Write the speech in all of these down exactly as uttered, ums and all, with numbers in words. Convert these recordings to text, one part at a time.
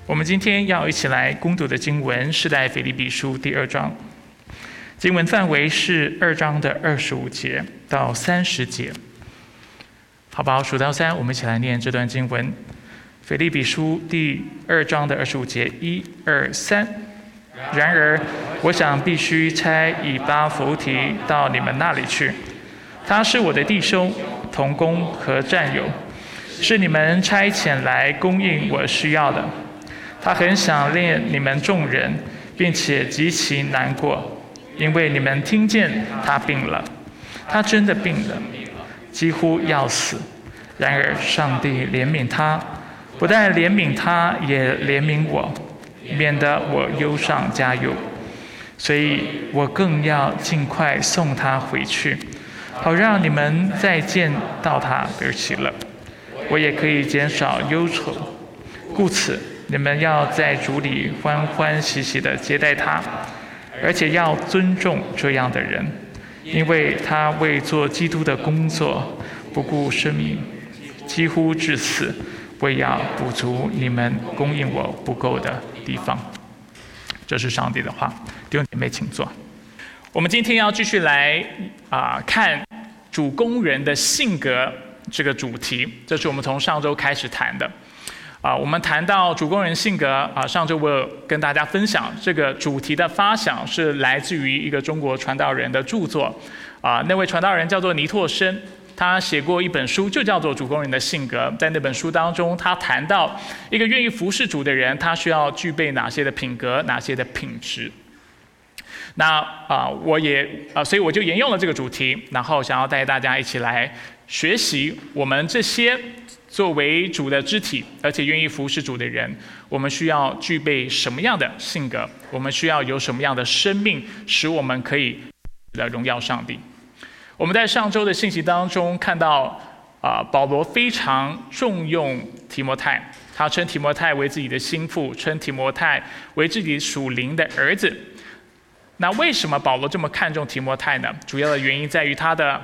我们今天要一起来攻读的经文是在腓立比书第二章，经文范围是二章的二十五节到三十节。好不好？数到三，我们一起来念这段经文。腓立比书第二章的二十五节，一、二、三。然而，我想必须差以巴弗提到你们那里去，他是我的弟兄、同工和战友，是你们差遣来供应我需要的。他很想念你们众人，并且极其难过，因为你们听见他病了，他真的病了，几乎要死。然而上帝怜悯他，不但怜悯他，也怜悯我，免得我忧上加忧。所以我更要尽快送他回去，好让你们再见到他而喜乐，我也可以减少忧愁。故此你们要在主里欢欢喜喜地接待他，而且要尊重这样的人，因为他为做基督的工作不顾生命，几乎至死，为要补足你们供应我不够的地方。这是上帝的话，弟兄姐妹请坐。我们今天要继续来啊、呃、看主工人的性格这个主题，这是我们从上周开始谈的。啊，我们谈到主工人性格啊，上周我有跟大家分享这个主题的发想是来自于一个中国传道人的著作，啊，那位传道人叫做尼拓生，他写过一本书，就叫做《主工人的性格》。在那本书当中，他谈到一个愿意服侍主的人，他需要具备哪些的品格，哪些的品质。那啊，我也啊，所以我就沿用了这个主题，然后想要带大家一起来学习我们这些作为主的肢体，而且愿意服侍主的人，我们需要具备什么样的性格？我们需要有什么样的生命，使我们可以的荣耀上帝？我们在上周的信息当中看到，啊、呃，保罗非常重用提摩太，他称提摩太为自己的心腹，称提摩太为自己属灵的儿子。那为什么保罗这么看重提摩太呢？主要的原因在于他的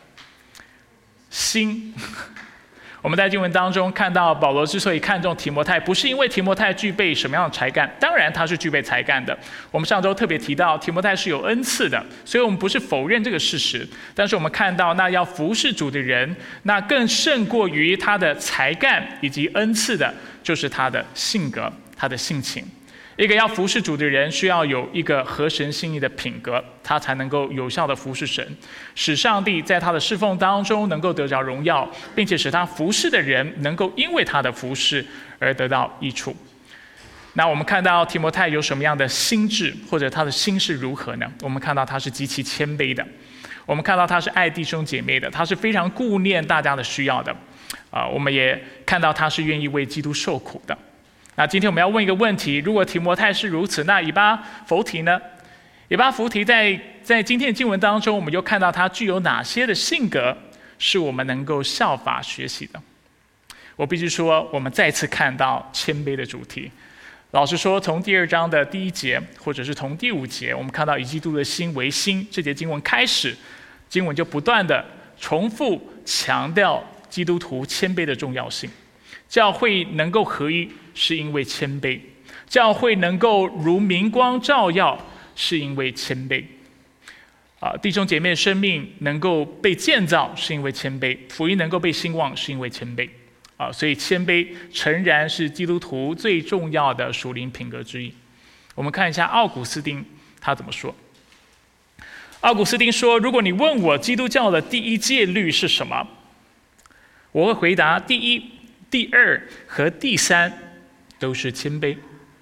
心。我们在经文当中看到，保罗之所以看重提摩太，不是因为提摩太具备什么样的才干，当然他是具备才干的。我们上周特别提到，提摩太是有恩赐的，所以我们不是否认这个事实。但是我们看到，那要服侍主的人，那更胜过于他的才干以及恩赐的，就是他的性格，他的性情。一个要服侍主的人，需要有一个合神心意的品格，他才能够有效的服侍神，使上帝在他的侍奉当中能够得着荣耀，并且使他服侍的人能够因为他的服侍而得到益处。那我们看到提摩太有什么样的心智，或者他的心是如何呢？我们看到他是极其谦卑的，我们看到他是爱弟兄姐妹的，他是非常顾念大家的需要的，啊、呃，我们也看到他是愿意为基督受苦的。那今天我们要问一个问题：如果提摩太是如此，那以巴弗提呢？以巴弗提在在今天的经文当中，我们又看到他具有哪些的性格，是我们能够效法学习的？我必须说，我们再次看到谦卑的主题。老实说，从第二章的第一节，或者是从第五节，我们看到以基督的心为心，这节经文开始，经文就不断的重复强调基督徒谦卑的重要性。教会能够合一，是因为谦卑；教会能够如明光照耀，是因为谦卑。啊，弟兄姐妹的生命能够被建造，是因为谦卑；福音能够被兴旺，是因为谦卑。啊，所以谦卑诚然是基督徒最重要的属灵品格之一。我们看一下奥古斯丁他怎么说。奥古斯丁说：“如果你问我基督教的第一戒律是什么，我会回答：第一、第二和第三都是谦卑。”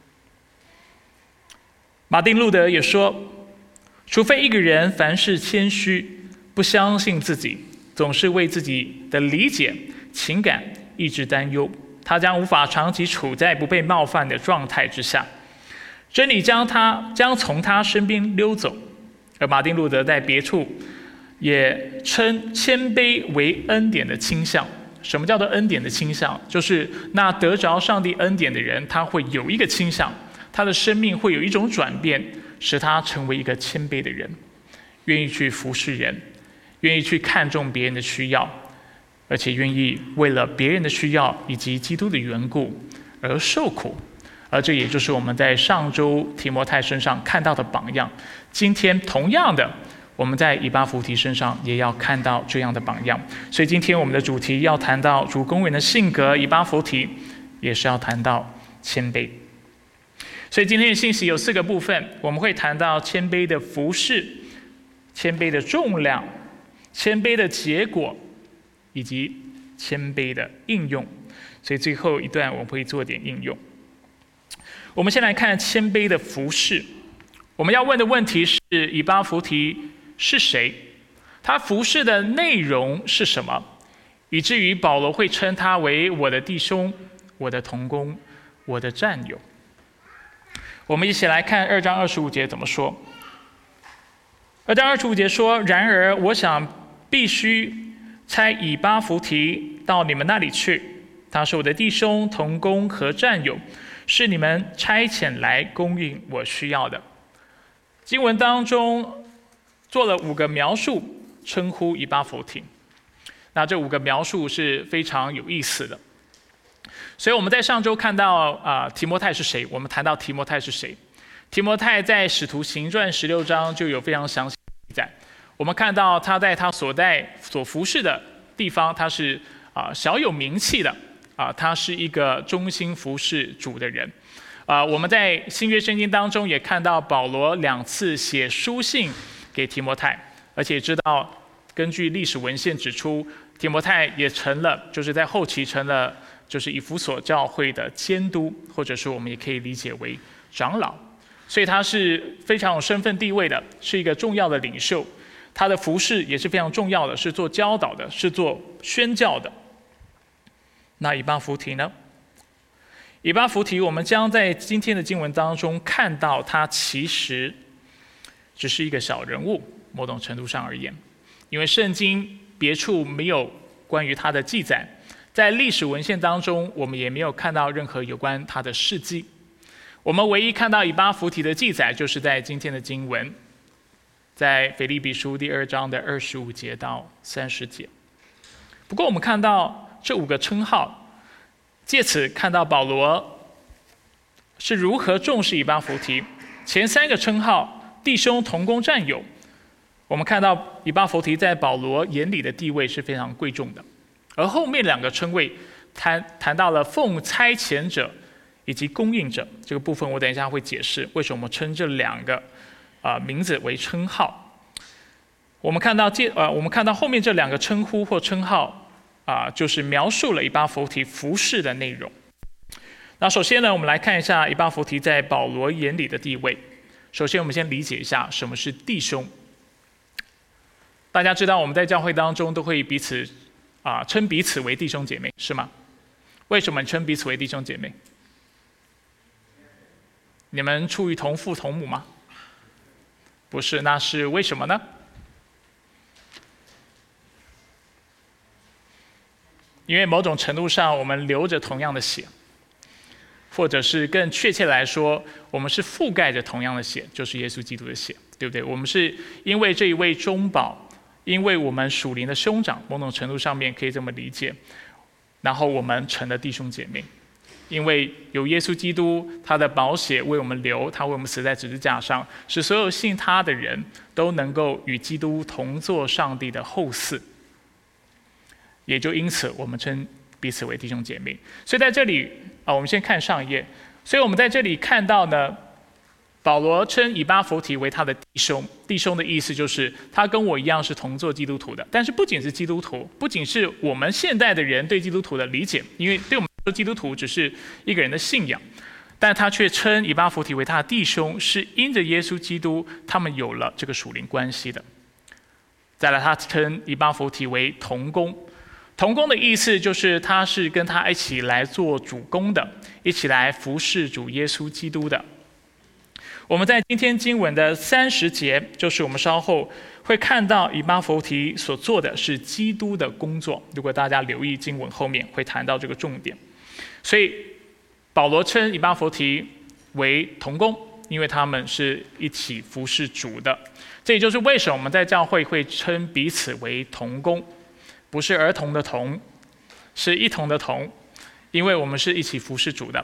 马丁路德也说：“除非一个人凡事谦虚，不相信自己，总是为自己的理解、情感、意志担忧，他将无法长期处在不被冒犯的状态之下。真理将他将从他身边溜走。”而马丁路德在别处也称谦卑为恩典的倾向。什么叫做恩典的倾向？就是那得着上帝恩典的人，他会有一个倾向，他的生命会有一种转变，使他成为一个谦卑的人，愿意去服侍人，愿意去看重别人的需要，而且愿意为了别人的需要以及基督的缘故而受苦， 而这也就是我们在上周提摩太身上看到的榜样。今天同样的，我们在以巴弗提身上也要看到这样的榜样。所以今天我们的主题要谈到主工人的性格，以巴弗提也是要谈到谦卑。所以今天的信息有四个部分，我们会谈到谦卑的服事、谦卑的重量、谦卑的结果，以及谦卑的应用。所以最后一段我们会做点应用。我们先来看谦卑的服事。我们要问的问题是：以巴弗提是谁？他服事的内容是什么？以至于保罗会称他为我的弟兄、我的同工、我的战友。我们一起来看二章二十五节怎么说。二章二十五节说：然而我想必须差以巴弗提到你们那里去，他是我的弟兄、同工和战友，是你们差遣来供应我需要的。经文当中做了五个描述，称呼以巴弗提。那这五个描述是非常有意思的。所以我们在上周看到啊、呃，提摩太是谁？我们谈到提摩太是谁？提摩太在使徒行传十六章就有非常详细的记载。我们看到他在他所在所服侍的地方，他是啊、呃、小有名气的啊、呃，他是一个忠心服侍主的人。啊、呃，我们在新约圣经当中也看到保罗两次写书信给提摩太，而且知道根据历史文献指出，提摩太也成了，就是在后期成了。就是以弗所教会的监督，或者说我们也可以理解为长老，所以他是非常有身份地位的，是一个重要的领袖。他的服事也是非常重要的，是做教导的，是做宣教的。那以巴弗提呢？以巴弗提，我们将在今天的经文当中看到，他其实只是一个小人物，某种程度上而言，因为圣经别处没有关于他的记载。在历史文献当中，我们也没有看到任何有关他的事迹。我们唯一看到以巴弗提的记载，就是在今天的经文，在腓立比书第二章的二十五节到三十节。不过，我们看到这五个称号，借此看到保罗是如何重视以巴弗提。前三个称号，弟兄、同工、战友，我们看到以巴弗提在保罗眼里的地位是非常贵重的。而后面两个称谓谈谈到了奉差遣者以及供应者，这个部分我等一下会解释为什么称这两个啊、呃、名字为称号。我们看到这呃我们看到后面这两个称呼或称号啊、呃，就是描述了以巴弗提服事的内容。那首先呢，我们来看一下以巴弗提在保罗眼里的地位。首先，我们先理解一下什么是弟兄。大家知道我们在教会当中都会彼此。啊，称彼此为弟兄姐妹，是吗？为什么称彼此为弟兄姐妹？你们出于同父同母吗？不是，那是为什么呢？因为某种程度上，我们流着同样的血，或者是更确切来说，我们是覆盖着同样的血，就是耶稣基督的血，对不对？我们是因为这一位中保。因为我们属灵的兄长，某种程度上面可以这么理解，然后我们成了弟兄姐妹。因为有耶稣基督，他的宝血为我们流，他为我们死在十字架上，使所有信他的人都能够与基督同作上帝的后嗣。也就因此，我们称彼此为弟兄姐妹。所以在这里啊，我们先看上一页。所以我们在这里看到呢。保罗称以巴弗提为他的弟兄，弟兄的意思就是他跟我一样是同作基督徒的。但是不仅是基督徒，不仅是我们现代的人对基督徒的理解，因为对我们来说基督徒只是一个人的信仰，但他却称以巴弗提为他的弟兄，是因着耶稣基督，他们有了这个属灵关系的。再来，他称以巴弗提为同工，同工的意思就是他是跟他一起来做主工的，一起来服侍主耶稣基督的。我们在今天经文的三十节，就是我们稍后会看到以巴弗提所做的是基督的工作。如果大家留意经文后面会谈到这个重点，所以保罗称以巴弗提为同工，因为他们是一起服侍主的。这也就是为什么我们在教会会称彼此为同工，不是儿童的童，是一同的同，因为我们是一起服侍主的。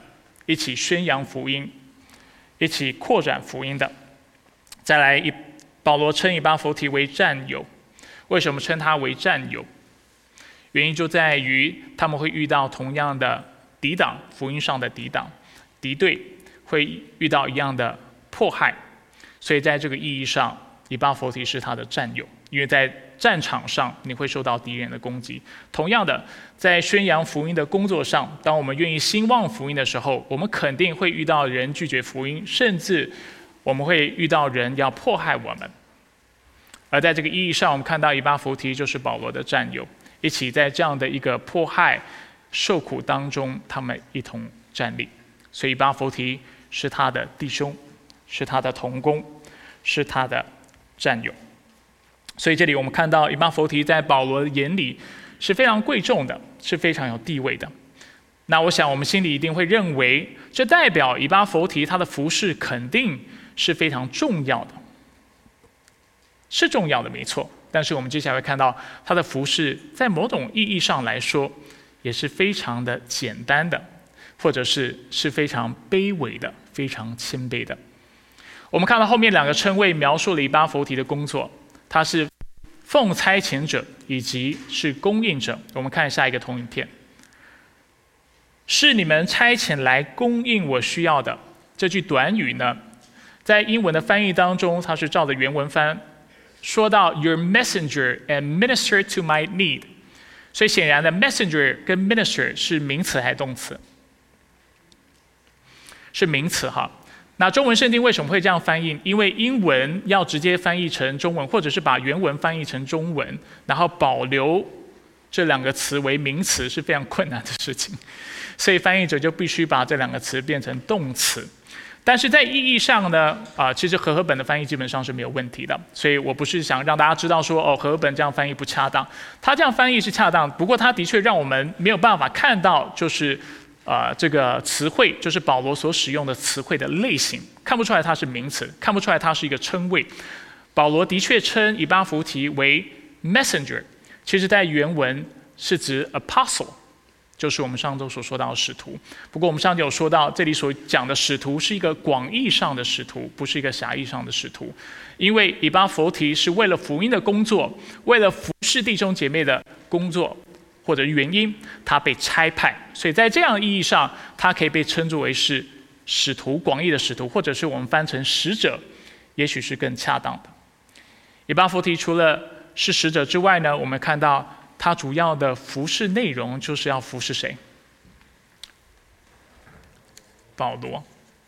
一起宣扬福音，一起扩展福音的。再来一，保罗称以巴弗提为战友，为什么称他为战友？原因就在于他们会遇到同样的抵挡，福音上的抵挡、敌对，会遇到一样的迫害，所以在这个意义上，以巴弗提是他的战友，因为在战场上你会受到敌人的攻击。同样的，在宣扬福音的工作上，当我们愿意兴旺福音的时候，我们肯定会遇到人拒绝福音，甚至我们会遇到人要迫害我们。而在这个意义上，我们看到以巴弗提就是保罗的战友，一起在这样的一个迫害、受苦当中，他们一同站立。所以以巴弗提是他的弟兄，是他的同工，是他的战友。所以这里我们看到以巴弗提在保罗的眼里是非常贵重的，是非常有地位的。那我想我们心里一定会认为，这代表以巴弗提他的服事肯定是非常重要的，是重要的没错。但是我们接下来会看到他的服事在某种意义上来说也是非常的简单的，或者是是非常卑微的，非常谦卑的。我们看到后面两个称谓描述了以巴弗提的工作，他是奉差遣者以及是供应者。我们看下一个投影片，是你们差遣来供应我需要的。这句短语呢，在英文的翻译当中，它是照着原文翻，说到 Your messenger and minister to my need。所以显然的 messenger 跟 minister 是名词还是动词？是名词哈。那中文圣经为什么会这样翻译？因为英文要直接翻译成中文，或者是把原文翻译成中文，然后保留这两个词为名词是非常困难的事情，所以翻译者就必须把这两个词变成动词。但是在意义上呢，啊、呃，其实和合本的翻译基本上是没有问题的，所以我不是想让大家知道说，哦，和合本这样翻译不恰当，他这样翻译是恰当，不过他的确让我们没有办法看到，就是。呃，这个词汇就是保罗所使用的词汇的类型，看不出来它是名词，看不出来它是一个称谓。保罗的确称以巴弗提为 messenger， 其实在原文是指 apostle， 就是我们上周所说到的使徒。不过我们上周有说到，这里所讲的使徒是一个广义上的使徒，不是一个狭义上的使徒。因为以巴弗提是为了福音的工作，为了服侍弟兄姐妹的工作。或者原因，他被差派，所以在这样的意义上，他可以被称作为是使徒，广义的使徒，或者是我们翻成使者，也许是更恰当的。以巴弗提除了是使者之外呢，我们看到他主要的服事内容就是要服事谁？保罗。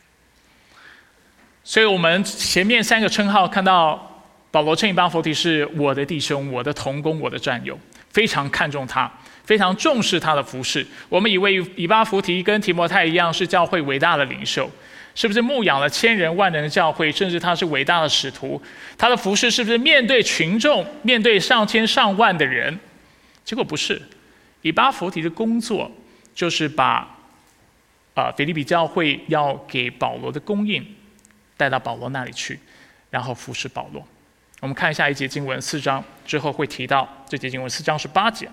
所以我们前面三个称号看到保罗称以巴弗提是我的弟兄、我的同工、我的战友，非常看重他。非常重视他的服事。我们以为以巴弗提跟提摩太一样是教会伟大的领袖，是不是牧养了千人万人的教会，甚至他是伟大的使徒？他的服事是不是面对群众，面对上千上万的人？结果不是。以巴弗提的工作就是把呃腓立比教会要给保罗的供应带到保罗那里去，然后服侍保罗。我们看一下一节经文，四章之后会提到这节经文，四章十八节。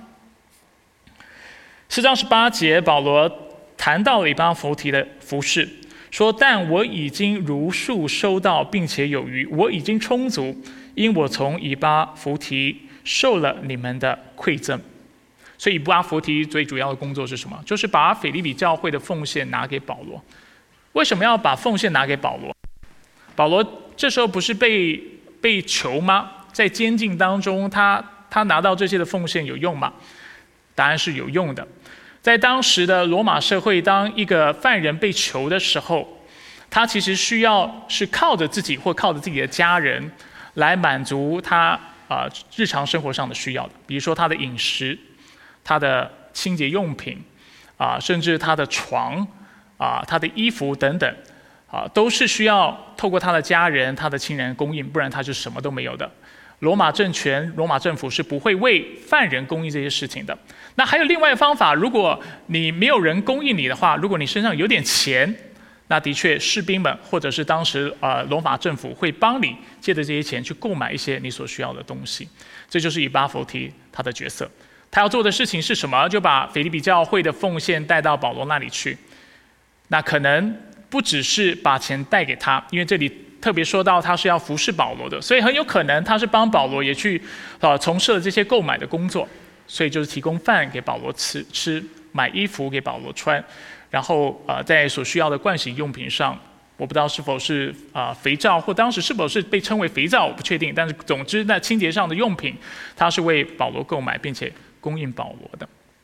四章十八节，保罗谈到了以巴弗提的服事，说：“但我已经如数收到，并且有余，我已经充足，因我从以巴弗提受了你们的馈赠。”所以以巴弗提最主要的工作是什么？就是把腓立比教会的奉献拿给保罗。为什么要把奉献拿给保罗？保罗这时候不是被被囚吗？在监禁当中，他他拿到这些的奉献有用吗？答案是有用的。在当时的罗马社会，当一个犯人被囚的时候，他其实需要是靠着自己或靠着自己的家人来满足他啊、呃、日常生活上的需要的，比如说他的饮食、他的清洁用品啊、呃，甚至他的床啊、呃、他的衣服等等啊、呃，都是需要透过他的家人、他的亲人供应，不然他是什么都没有的。罗马政权、罗马政府是不会为犯人供应这些事情的。那还有另外一个方法，如果你没有人供应你的话，如果你身上有点钱，那的确士兵们或者是当时呃罗马政府会帮你借着这些钱去购买一些你所需要的东西。这就是以巴弗提他的角色。他要做的事情是什么？就把腓立比教会的奉献带到保罗那里去。 那可能不只是把钱带给他，因为这里特别说到他是要服侍保罗的，所以很有可能他是帮保罗也去呃从事了这些购买的工作，所以就是提供饭给保罗吃吃，买衣服给保罗穿，然后呃在所需要的盥洗用品上，我不知道是否是啊、呃、肥皂，或当时是否是被称为肥皂，我不确定，但是总之那清洁上的用品，他是为保罗购买并且供应保罗的。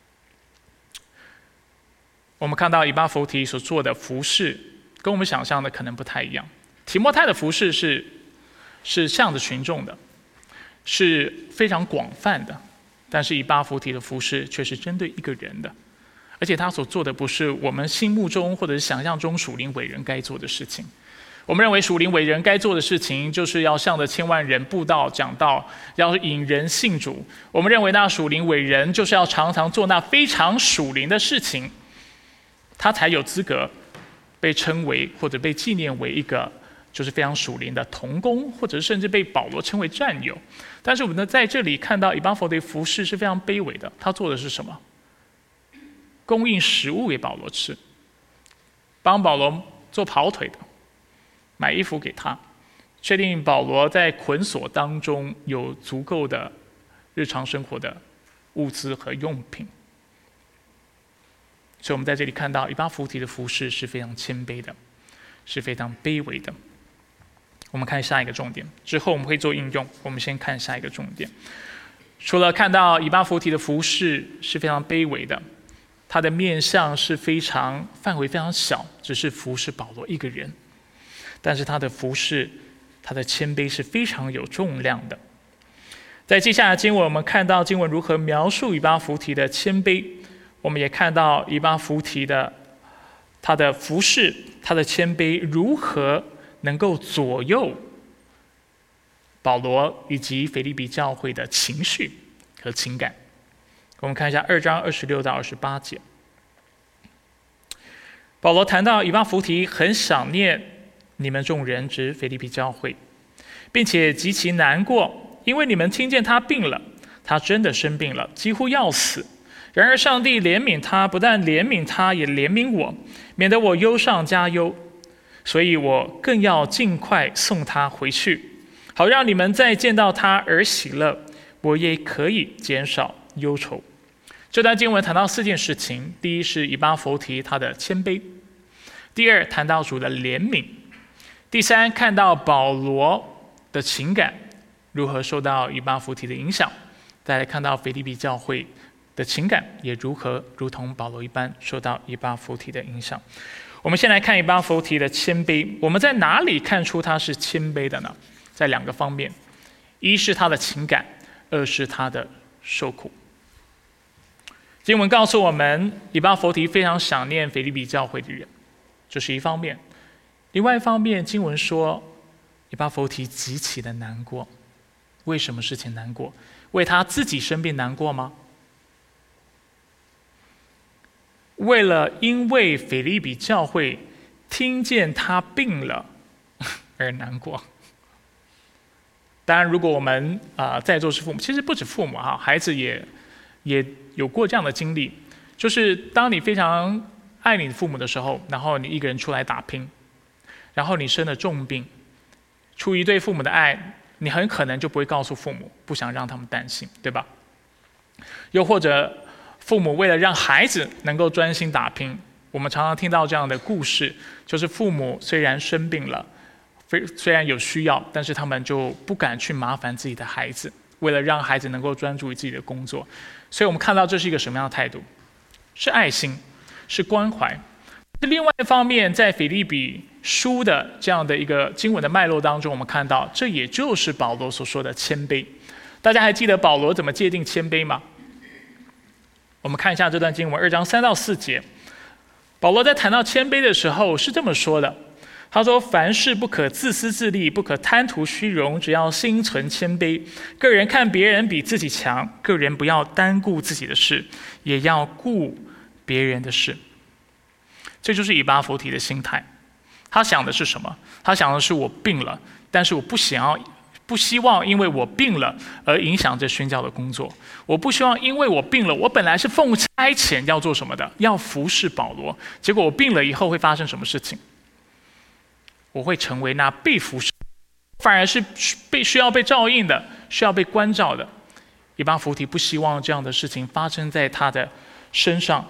我们看到以巴弗提所做的服事，跟我们想象的可能不太一样。提摩太的服事是是向着群众的，是非常广泛的，但是以巴弗提的服事却是针对一个人的，而且他所做的不是我们心目中或者是想象中属灵伟人该做的事情。我们认为属灵伟人该做的事情，就是要向着千万人布道讲道，要引人信主。我们认为那属灵伟人就是要常常做那非常属灵的事情，他才有资格被称为或者被纪念为一个就是非常属灵的同工，或者甚至被保罗称为战友。但是我们呢在这里看到以巴弗提服事是非常卑微的，他做的是什么？供应食物给保罗吃，帮保罗做跑腿的，买衣服给他，确定保罗在捆锁当中有足够的日常生活的物资和用品。所以我们在这里看到以巴弗提的服事是非常谦卑的，是非常卑微的。我们看下一个重点，之后我们会做应用，我们先看下一个重点。除了看到以巴弗提的服事是非常卑微的，他的面向是非常范围非常小，只是服侍保罗一个人，但是他的服事，他的谦卑是非常有重量的。在接下来的经文，我们看到经文如何描述以巴弗提的谦卑，我们也看到以巴弗提的他的服事，他的谦卑如何能够左右保罗以及腓立比教会的情绪和情感。我们看一下二章二十六到二十八节。保罗谈到以巴弗提很想念你们众人，指腓立比教会，并且极其难过，因为你们听见他病了，他真的生病了，几乎要死。然而上帝怜悯他，不但怜悯他，也怜悯我，免得我忧上加忧。所以我更要尽快送他回去，好让你们再见到他而喜乐，我也可以减少忧愁。这段经文谈到四件事情：第一是以巴弗提他的谦卑；第二谈到主的怜悯；第三看到保罗的情感如何受到以巴弗提的影响；再来看到腓立比教会的情感也如何如同保罗一般受到以巴弗提的影响。我们先来看以巴弗提的谦卑，我们在哪里看出他是谦卑的呢？在两个方面，一是他的情感，二是他的受苦。经文告诉我们，以巴弗提非常想念腓立比教会的人，这是一方面。另外一方面，经文说以巴弗提极其的难过。为什么事情难过？为他自己生病难过吗？为了因为腓立比教会听见他病了而难过。当然，如果我们啊、呃、在座是父母，其实不止父母哈，孩子也也有过这样的经历，就是当你非常爱你的父母的时候，然后你一个人出来打拼，然后你生了重病，出于对父母的爱，你很可能就不会告诉父母，不想让他们担心，对吧？又或者父母为了让孩子能够专心打拼，我们常常听到这样的故事，就是父母虽然生病了，虽然有需要，但是他们就不敢去麻烦自己的孩子，为了让孩子能够专注于自己的工作。所以我们看到这是一个什么样的态度？是爱心，是关怀。另外一方面，在腓立比书的这样的一个经文的脉络当中，我们看到这也就是保罗所说的谦卑。大家还记得保罗怎么界定谦卑吗？我们看一下这段经文二章三到四节，保罗在谈到谦卑的时候是这么说的，他说：凡事不可自私自利，不可贪图虚荣，只要心存谦卑，个人看别人比自己强，个人不要单顾自己的事，也要顾别人的事。这就是以巴弗提的心态。他想的是什么？他想的是我病了，但是我不想要不希望因为我病了而影响这宣教的工作。我不希望因为我病了，我本来是奉差遣要做什么的，要服侍保罗，结果我病了以后会发生什么事情？我会成为那被服侍，反而是被需要被照应的，需要被关照的。以巴弗提不希望这样的事情发生在他的身上，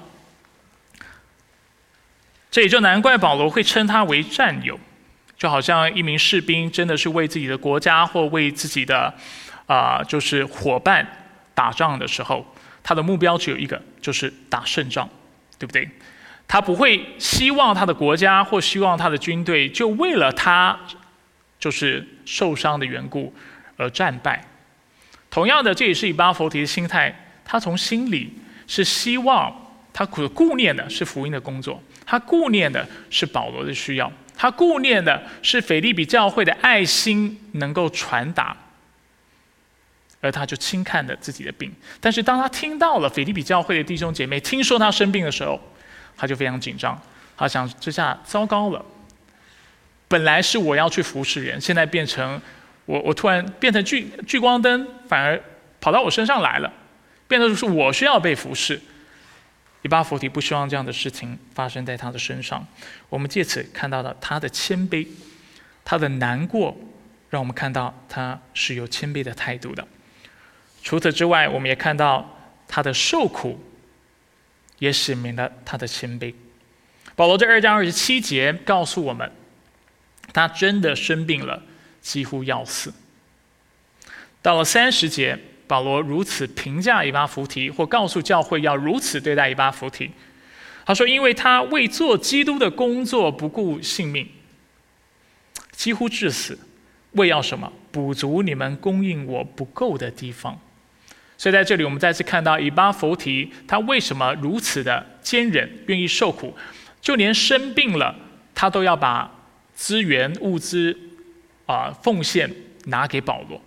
这也就难怪保罗会称他为战友。就好像一名士兵真的是为自己的国家或为自己的啊、呃，就是伙伴打仗的时候，他的目标只有一个，就是打胜仗，对不对？他不会希望他的国家或希望他的军队就为了他就是受伤的缘故而战败。同样的，这也是以巴弗提的心态，他从心里是希望，他顾念的是福音的工作，他顾念的是保罗的需要。他顾念的是腓立比教会的爱心能够传达，而他就轻看了自己的病。但是当他听到了腓立比教会的弟兄姐妹听说他生病的时候，他就非常紧张。他想，这下糟糕了，本来是我要去服侍人，现在变成我我突然变成聚聚光灯，反而跑到我身上来了，变成是我需要被服侍。以巴弗提不希望这样的事情发生在他的身上。我们借此看到了他的谦卑，他的难过，让我们看到他是有谦卑的态度的。除此之外，我们也看到他的受苦，也显明了他的谦卑。保罗这二章二十七节告诉我们，他真的生病了，几乎要死。到了三十节，保罗如此评价以巴弗提，或告诉教会要如此对待以巴弗提。他说，因为他为做基督的工作不顾性命，几乎致死，为要什么？补足你们供应我不够的地方。所以在这里我们再次看到以巴弗提他为什么如此的坚忍，愿意受苦，就连生病了他都要把资源物资、呃、奉献拿给保罗。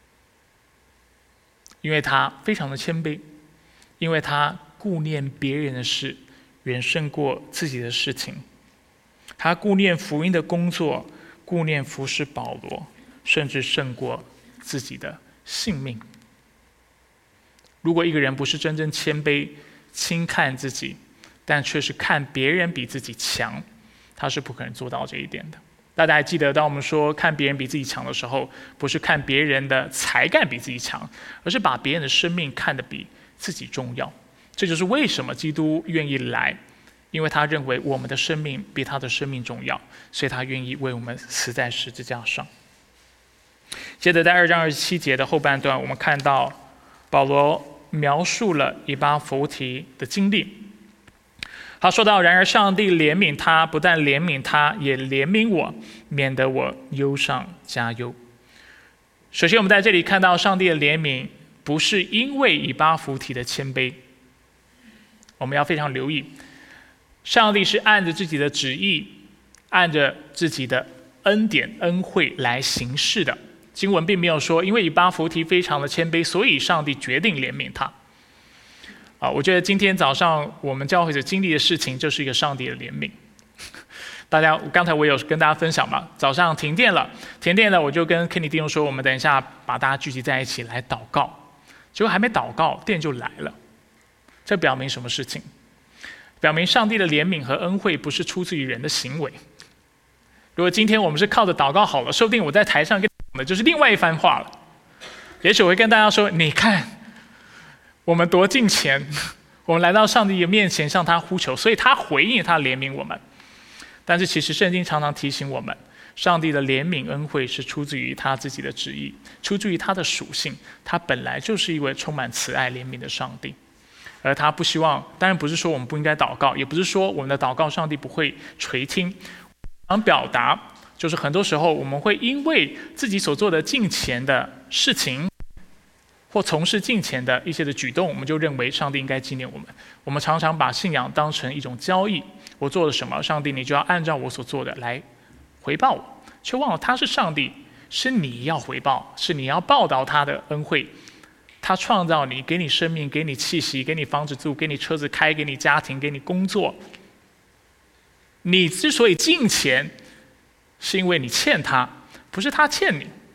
因为他非常的谦卑，因为他顾念别人的事远胜过自己的事情，他顾念福音的工作，顾念服侍保罗，甚至胜过自己的性命。如果一个人不是真正谦卑，轻看自己，但却是看别人比自己强，他是不可能做到这一点的。大家还记得，当我们说看别人比自己强的时候，不是看别人的才干比自己强，而是把别人的生命看得比自己重要。这就是为什么基督愿意来，因为他认为我们的生命比他的生命重要，所以他愿意为我们死在十字架上。接着在二章二十七节的后半段，我们看到保罗描述了以巴弗提的经历。他说到，然而上帝怜悯他，不但怜悯他，也怜悯我，免得我忧上加忧。首先我们在这里看到上帝的怜悯不是因为以巴弗提的谦卑，我们要非常留意，上帝是按着自己的旨意，按着自己的恩典恩惠来行事的。经文并没有说因为以巴弗提非常的谦卑，所以上帝决定怜悯他。啊，我觉得今天早上我们教会所经历的事情，就是一个上帝的怜悯。大家，刚才我有跟大家分享嘛，早上停电了，停电了，我就跟 Kenny 弟兄说，我们等一下把大家聚集在一起来祷告。结果还没祷告，电就来了。这表明什么事情？表明上帝的怜悯和恩惠不是出自于人的行为。如果今天我们是靠着祷告好了，说不定我在台上跟你讲的就是另外一番话了。也许我会跟大家说，你看我们多敬虔，我们来到上帝的面前向他呼求，所以他回应，他怜悯我们。但是其实圣经常常提醒我们，上帝的怜悯恩惠是出自于他自己的旨意，出自于他的属性，他本来就是一位充满慈爱怜悯的上帝。而他不希望，当然不是说我们不应该祷告，也不是说我们的祷告上帝不会垂听。想表达就是很多时候我们会因为自己所做的敬虔的事情，或从事敬虔的一些的举动，我们就认为上帝应该纪念我们。我们常常把信仰当成一种交易，我做了什么，上帝你就要按照我所做的来回报我，却忘了他是上帝，是你要回报，是你要报答他的恩惠。他创造你，给你生命，给你气息，给你房子住，给你车子开，给你家庭，给你工作。你之所以敬虔，是因为你欠他，不是他欠你。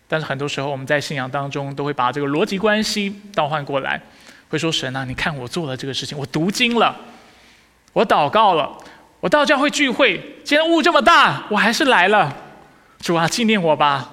但是很多时候我们在信仰当中都会把这个逻辑关系倒换过来，会说神啊，你看我做了这个事情，我读经了，我祷告了，我到教会聚会，今天雾这么大，我还是来了，主啊，纪念我吧。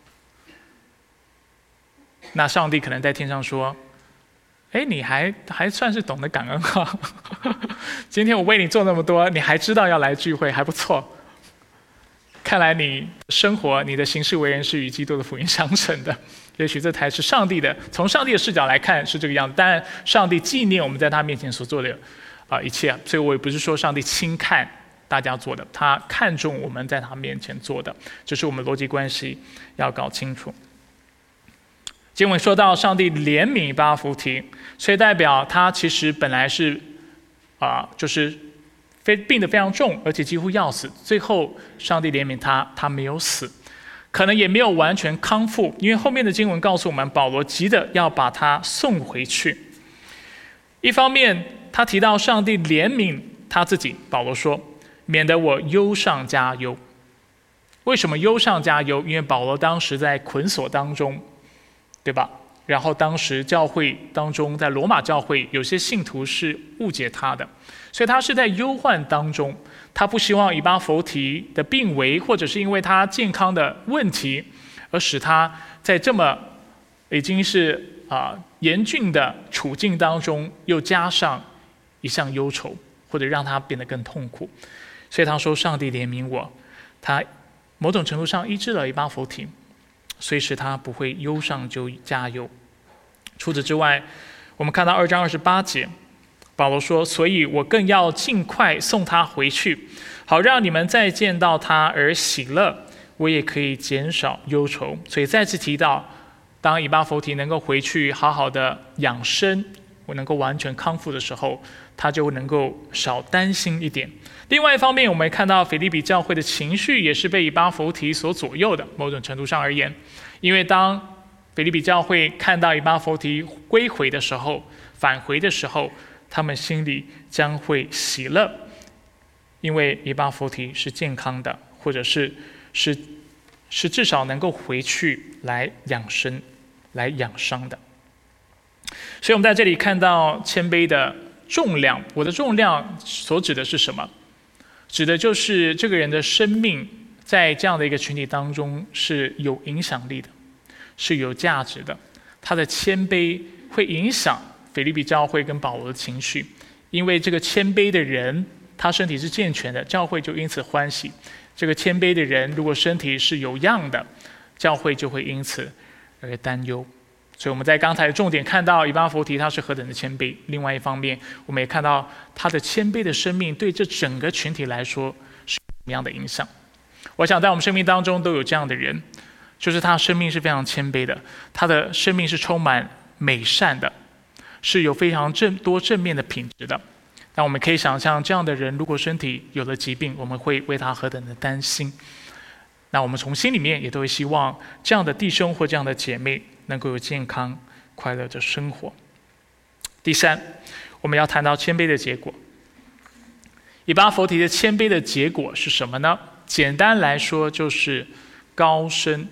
那上帝可能在天上说，哎，你还还算是懂得感恩哈，今天我为你做那么多，你还知道要来聚会，还不错。看来你生活、你的行事为人是与基督的福音相称的。也许这才是上帝的，从上帝的视角来看是这个样子。当然，上帝纪念我们在他面前所做的啊、呃、一切，所以我也不是说上帝轻看大家做的，他看重我们在他面前做的，这是我们逻辑关系要搞清楚。经文说到上帝怜悯以巴弗提，所以代表他其实本来是啊、呃，就是非病得非常重，而且几乎要死。最后上帝怜悯他，他没有死，可能也没有完全康复，因为后面的经文告诉我们，保罗急得要把他送回去。一方面，他提到上帝怜悯他自己，保罗说，免得我忧上加忧。为什么忧上加忧？因为保罗当时在捆锁当中，对吧？然后当时教会当中，在罗马教会有些信徒是误解他的，所以他是在忧患当中，他不希望以巴弗提的病危，或者是因为他健康的问题，而使他在这么已经是啊、呃、严峻的处境当中，又加上一项忧愁，或者让他变得更痛苦。所以他说：“上帝怜悯我，他某种程度上医治了以巴弗提。”所以使他不会忧上就加忧。除此之外，我们看到二章二十八节，保罗说：“所以我更要尽快送他回去，好让你们再见到他而喜乐，我也可以减少忧愁。”所以再次提到，当以巴弗提能够回去好好的养生，我能够完全康复的时候，他就能够少担心一点。另外一方面，我们看到腓立比教会的情绪也是被以巴弗提所左右的，某种程度上而言，因为当腓立比教会看到以巴弗提归回的时候，返回的时候，他们心里将会喜乐，因为以巴弗提是健康的，或者是是是至少能够回去来养生、来养伤的。所以我们在这里看到谦卑的重量，我的重量所指的是什么？指的就是这个人的生命在这样的一个群体当中是有影响力的，是有价值的。他的谦卑会影响腓立比教会跟保罗的情绪，因为这个谦卑的人，他身体是健全的，教会就因此欢喜；这个谦卑的人，如果身体是有恙的，教会就会因此而担忧。所以我们在刚才的重点看到以巴弗提他是何等的谦卑，另外一方面我们也看到他的谦卑的生命对这整个群体来说是什么样的影响。我想在我们生命当中都有这样的人，就是他生命是非常谦卑的，他的生命是充满美善的，是有非常正多正面的品质的。那我们可以想象，这样的人如果身体有了疾病，我们会为他何等的担心。那我们从心里面也都会希望这样的弟兄或这样的姐妹能够有健康快乐的生活。第三，我们要谈到谦卑的结果。以巴弗提的谦卑的结果是什么呢？简单来说就是高升。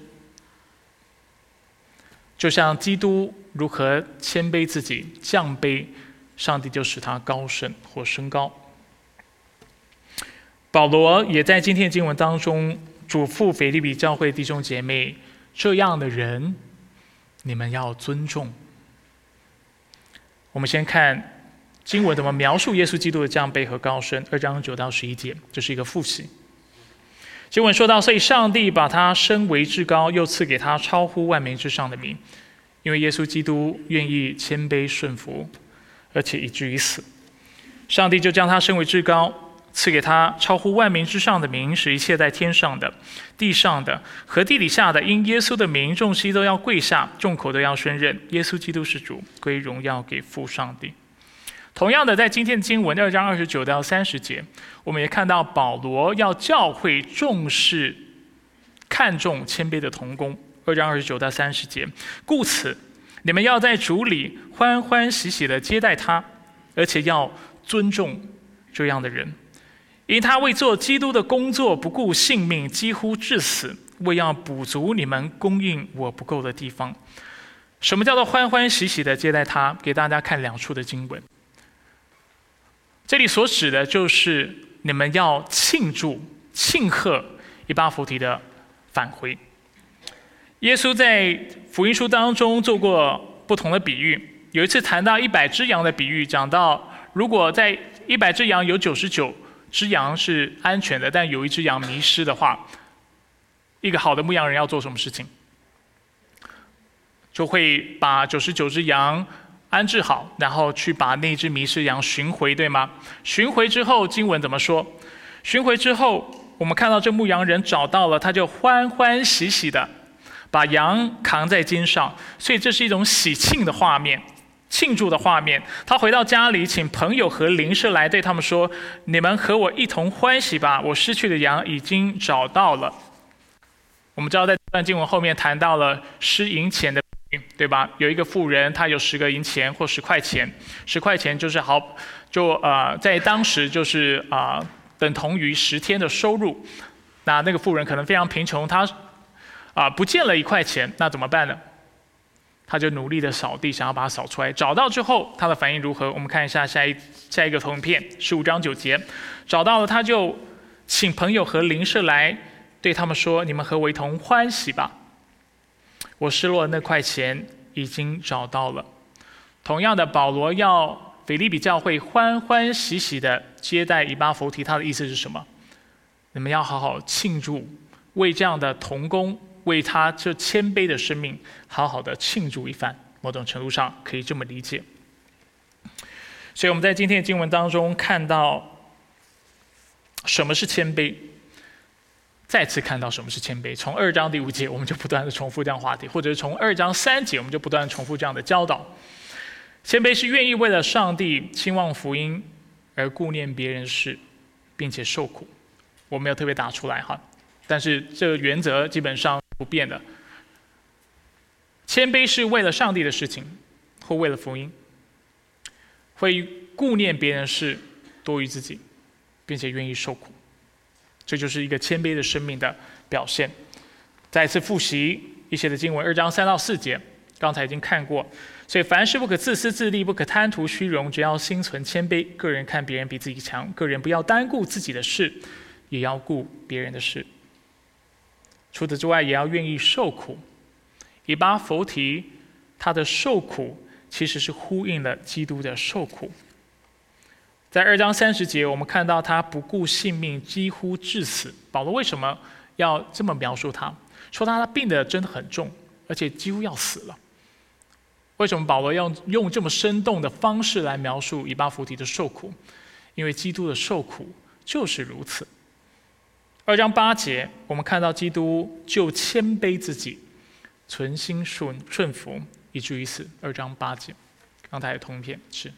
就像基督如何谦卑自己，降卑，上帝就使他高升或升高。保罗也在今天的经文当中嘱咐腓立比教会弟兄姐妹，这样的人你们要尊重。我们先看经文怎么描述耶稣基督的降卑和高升，二章九到十一节，这是一个复习。经文说到，所以上帝把他升为至高，又赐给他超乎万民之上的名，因为耶稣基督愿意谦卑顺服，而且以至于死，上帝就将他升为至高，赐给他超乎万民之上的名，使一切在天上的、地上的和地底下的，因耶稣的名，众膝都要跪下，众口都要宣认耶稣基督是主，归荣耀给父上帝。同样的，在今天的经文二章二十九到三十节，我们也看到保罗要教会重视、看重谦卑的同工。二章二十九到三十节，故此你们要在主里欢欢喜喜地接待他，而且要尊重这样的人，因他为做基督的工作不顾性命，几乎致死， 为要补足你们供应我不够的地方。什么叫做欢欢喜喜的接待他？给大家看两处的经文。这里所指的就是你们要庆祝、庆贺以巴弗提的返回。耶稣在福音书当中做过不同的比喻，有一次谈到一百只羊的比喻，讲到如果在一百只羊有九十九只羊是安全的，但有一只羊迷失的话，一个好的牧羊人要做什么事情？就会把九十九只羊安置好，然后去把那只迷失羊寻回，对吗？寻回之后，经文怎么说？寻回之后，我们看到这牧羊人找到了，他就欢欢喜喜的把羊扛在肩上，所以这是一种喜庆的画面，庆祝的画面。他回到家里，请朋友和邻舍来，对他们说：“你们和我一同欢喜吧，我失去的羊已经找到了。”我们知道，在这段经文后面谈到了失银钱的，对吧？有一个妇人，她有十个银钱或十块钱，十块钱就是好，就呃，在当时就是啊、呃，等同于十天的收入。那那个妇人可能非常贫穷，她啊、呃、不见了一块钱，那怎么办呢？她就努力的扫地，想要把它扫出来。找到之后，她的反应如何？我们看一下下一下一个投影片，十五章九节，找到了，她就请朋友和邻舍来，对他们说：“你们和我一同欢喜吧。我失落的那块钱已经找到了。”同样的，保罗要腓立比教会欢欢喜喜的接待以巴弗提，他的意思是什么？你们要好好庆祝，为这样的同工，为他这谦卑的生命，好好的庆祝一番。某种程度上可以这么理解。所以我们在今天的经文当中看到什么是谦卑。再次看到什么是谦卑，从二章第五节我们就不断的重复这样话题，或者是从二章三节我们就不断的重复这样的教导。谦卑是愿意为了上帝兴旺福音而顾念别人事，并且受苦。我没有特别打出来哈，但是这个原则基本上不变的。谦卑是为了上帝的事情，或为了福音，会顾念别人事多于自己，并且愿意受苦。这就是一个谦卑的生命的表现。再次复习一些的经文，二章三到四节，刚才已经看过。所以凡事不可自私自利，不可贪图虚荣，只要心存谦卑，个人看别人比自己强，个人不要单顾自己的事，也要顾别人的事。除此之外，也要愿意受苦。以巴弗提他的受苦其实是呼应了基督的受苦。在二章三十节，我们看到他不顾性命，几乎致死。保罗为什么要这么描述他？说他病得真的很重，而且几乎要死了。为什么保罗要用这么生动的方式来描述以巴弗提的受苦？因为基督的受苦就是如此。二章八节，我们看到基督就谦卑自己，存心顺顺服，以至于死。二章八节，刚才的同片是。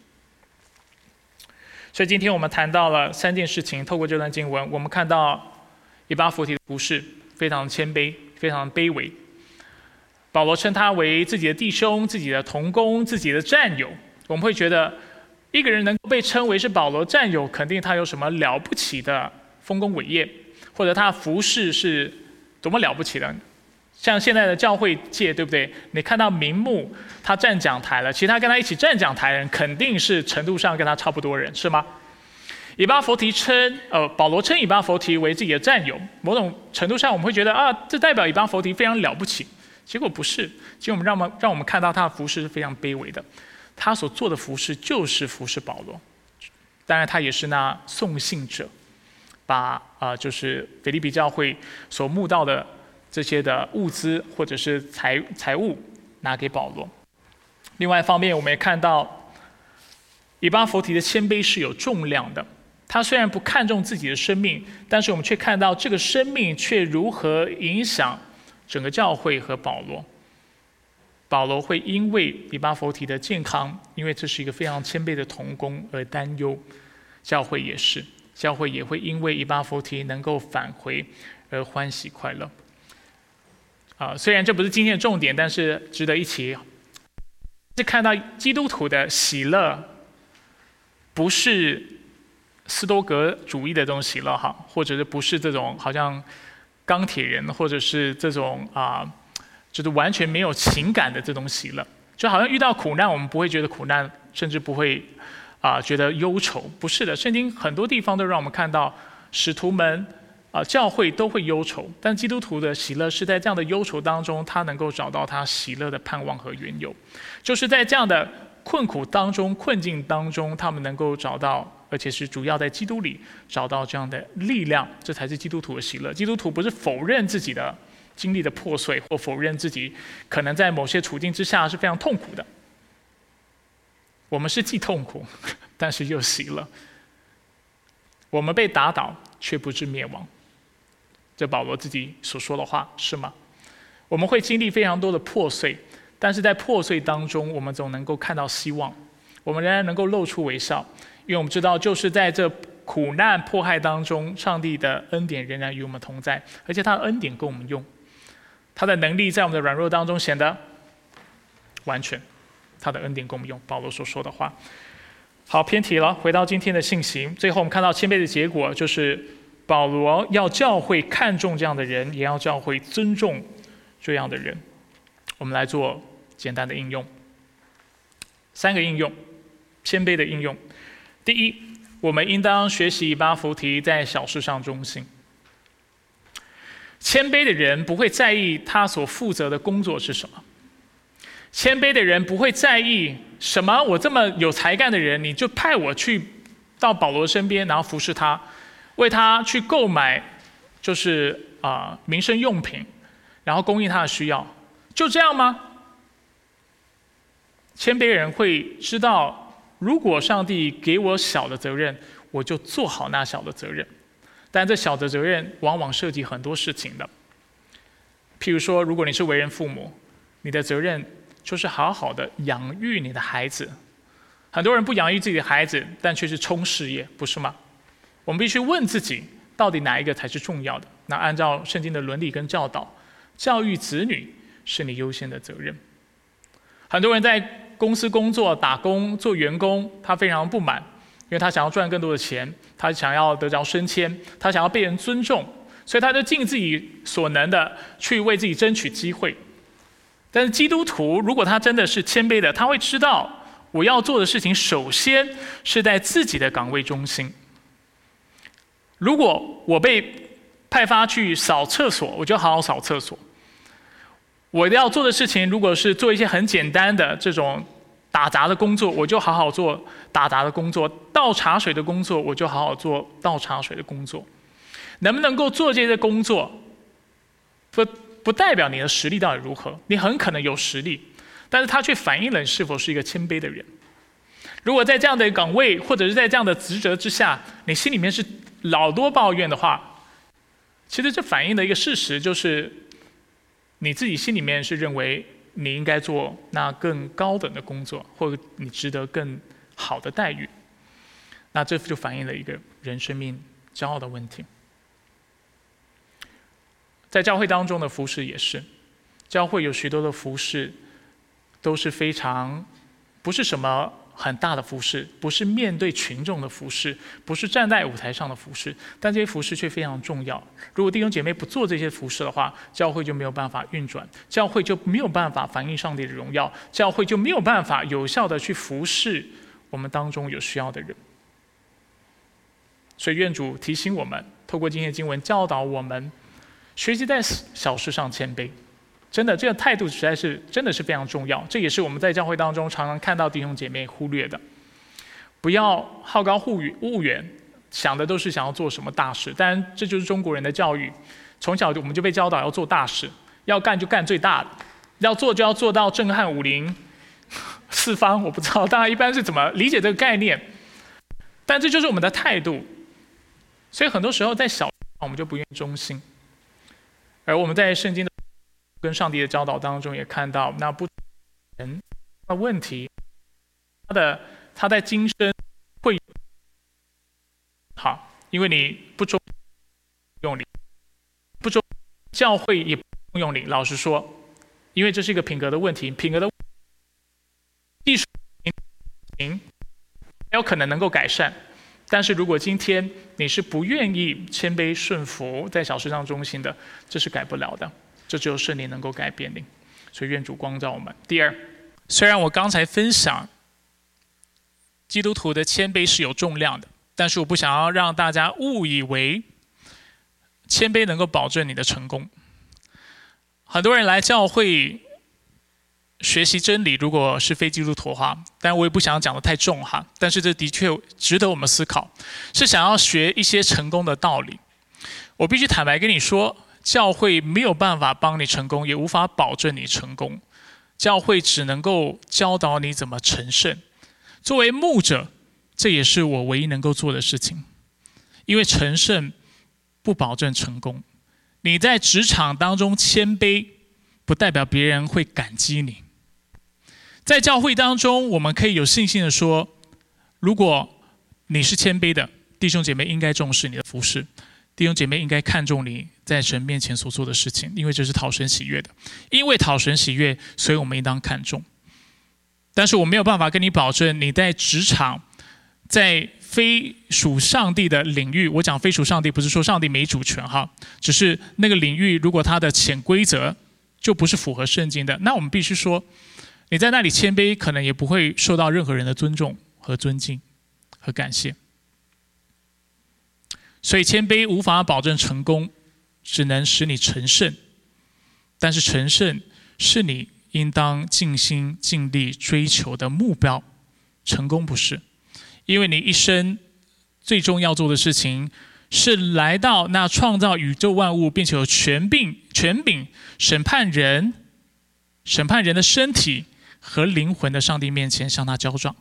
所以今天我们谈到了三件事情，透过这段经文，我们看到以巴弗提的服事非常谦卑，非常卑微。保罗称他为自己的弟兄、自己的同工、自己的战友。我们会觉得，一个人能够被称为是保罗战友，肯定他有什么了不起的丰功伟业，或者他的服事是多么了不起的。像现在的教会界，对不对？你看到名目他站讲台了，其他跟他一起站讲台的人，肯定是程度上跟他差不多人，是吗？以巴弗提称，呃，保罗称以巴弗提为自己的战友，某种程度上我们会觉得啊，这代表以巴弗提非常了不起。结果不是，结果我们让我们让我们看到他的服事是非常卑微的，他所做的服事就是服事保罗。当然，他也是那送信者，把啊、呃、就是腓立比教会所募到的这些的物资或者是财财物拿给保罗。另外一方面，我们也看到以巴弗提的谦卑是有重量的。他虽然不看重自己的生命，但是我们却看到这个生命却如何影响整个教会和保罗。保罗会因为以巴弗提的健康，因为这是一个非常谦卑的同工而担忧，教会也是，教会也会因为以巴弗提能够返回而欢喜快乐。啊，虽然这不是今天的重点，但是值得一起是看到基督徒的喜乐，不是斯多格主义的这种喜乐哈，或者是不是这种好像钢铁人，或者是这种啊、呃，就是完全没有情感的这种喜乐，就好像遇到苦难，我们不会觉得苦难，甚至不会啊、呃、觉得忧愁。不是的，圣经很多地方都让我们看到，使徒们啊、呃、教会都会忧愁，但基督徒的喜乐是在这样的忧愁当中，他能够找到他喜乐的盼望和缘由，就是在这样的困苦当中、困境当中，他们能够找到。而且是主要在基督里找到这样的力量，这才是基督徒的喜乐。基督徒不是否认自己的经历的破碎，或否认自己可能在某些处境之下是非常痛苦的。我们是既痛苦，但是又喜乐。我们被打倒，却不致灭亡。这保罗自己所说的话是吗？我们会经历非常多的破碎，但是在破碎当中，我们总能够看到希望，我们仍然能够露出微笑。因为我们知道，就是在这苦难迫害当中，上帝的恩典仍然与我们同在，而且他的恩典跟我们用，他的能力在我们的软弱当中显得完全，他的恩典跟我们用。保罗所说的话。好，偏题了，回到今天的信息。最后我们看到谦卑的结果，就是保罗要教会看重这样的人，也要教会尊重这样的人。我们来做简单的应用，三个应用，谦卑的应用。第一，我们应当学习以巴弗提在小事上忠心。谦卑的人不会在意他所负责的工作是什么，谦卑的人不会在意什么我这么有才干的人，你就派我去到保罗身边，然后服侍他，为他去购买就是啊、呃、民生用品，然后供应他的需要，就这样吗？谦卑人会知道。如果上帝给我小的责任，我就做好那小的责任。但这小的责任往往涉及很多事情的。譬如说，如果你是为人父母，你的责任就是好好的养育你的孩子。很多人不养育自己的孩子，但却是冲事业，不是吗？我们必须问自己，到底哪一个才是重要的？那按照圣经的伦理跟教导，教育子女是你优先的责任。很多人在公司工作、打工、做员工，他非常不满，因为他想要赚更多的钱，他想要得着升迁，他想要被人尊重，所以他就尽自己所能的去为自己争取机会。但是基督徒如果他真的是谦卑的，他会知道我要做的事情，首先是在自己的岗位中心。如果我被派发去扫厕所，我就好好扫厕所。我要做的事情，如果是做一些很简单的这种打杂的工作，我就好好做打杂的工作；倒茶水的工作，我就好好做倒茶水的工作。能不能够做这些工作，不不代表你的实力到底如何。你很可能有实力，但是它却反映了你是否是一个谦卑的人。如果在这样的岗位或者是在这样的职责之下，你心里面是老多抱怨的话，其实这反映的一个事实就是。你自己心里面是认为你应该做那更高等的工作，或者你值得更好的待遇，那这就反映了一个人生命骄傲的问题。在教会当中的服事也是，教会有许多的服事都是非常不是什么很大的服事，不是面对群众的服事，不是站在舞台上的服事，但这些服事却非常重要。如果弟兄姐妹不做这些服事的话，教会就没有办法运转，教会就没有办法反映上帝的荣耀，教会就没有办法有效的去服事我们当中有需要的人。所以愿主提醒我们，透过今天的经文教导我们，学习在小事上谦卑。真的，这个态度实在是真的是非常重要，这也是我们在教会当中常常看到弟兄姐妹忽略的。不要好高骛远，想的都是想要做什么大事。当然，这就是中国人的教育，从小我们就被教导要做大事，要干就干最大的，要做就要做到震撼武林四方。我不知道大家一般是怎么理解这个概念，但这就是我们的态度。所以很多时候在小事上我们就不愿意忠心，而我们在圣经的跟上帝的教导当中也看到，那不人的问题，他的他在今生会好，因为你不忠用力，不忠教会也不用力。老实说，因为这是一个品格的问题，品格的技术还有可能能够改善， 但是如果今天你是不愿意谦卑顺服，在小事上忠心的，这是改不了的，这只有圣灵能够改变你。所以愿主光照我们。第二，虽然我刚才分享基督徒的谦卑是有重量的，但是我不想要让大家误以为谦卑能够保证你的成功。很多人来教会学习真理，如果是非基督徒的话，但我也不想讲得太重哈，但是这的确值得我们思考，是想要学一些成功的道理。我必须坦白跟你说，教会没有办法帮你成功，也无法保证你成功。教会只能够教导你怎么成圣。作为牧者，这也是我唯一能够做的事情，因为成圣不保证成功。你在职场当中谦卑，不代表别人会感激你。在教会当中，我们可以有信心的说，如果你是谦卑的，弟兄姐妹应该重视你的服事，弟兄姐妹应该看重你在神面前所做的事情，因为这是讨神喜悦的。因为讨神喜悦，所以我们应当看重。但是我没有办法跟你保证，你在职场，在非属上帝的领域，我讲非属上帝，不是说上帝没主权哈，只是那个领域，如果它的潜规则就不是符合圣经的，那我们必须说，你在那里谦卑，可能也不会受到任何人的尊重和尊敬和感谢。所以谦卑无法保证成功，只能使你成圣。但是成圣是你应当尽心尽力追求的目标，成功不是。因为你一生最终要做的事情，是来到那创造宇宙万物并且有权柄、权柄审判人、审判人的身体和灵魂的上帝面前向他交账。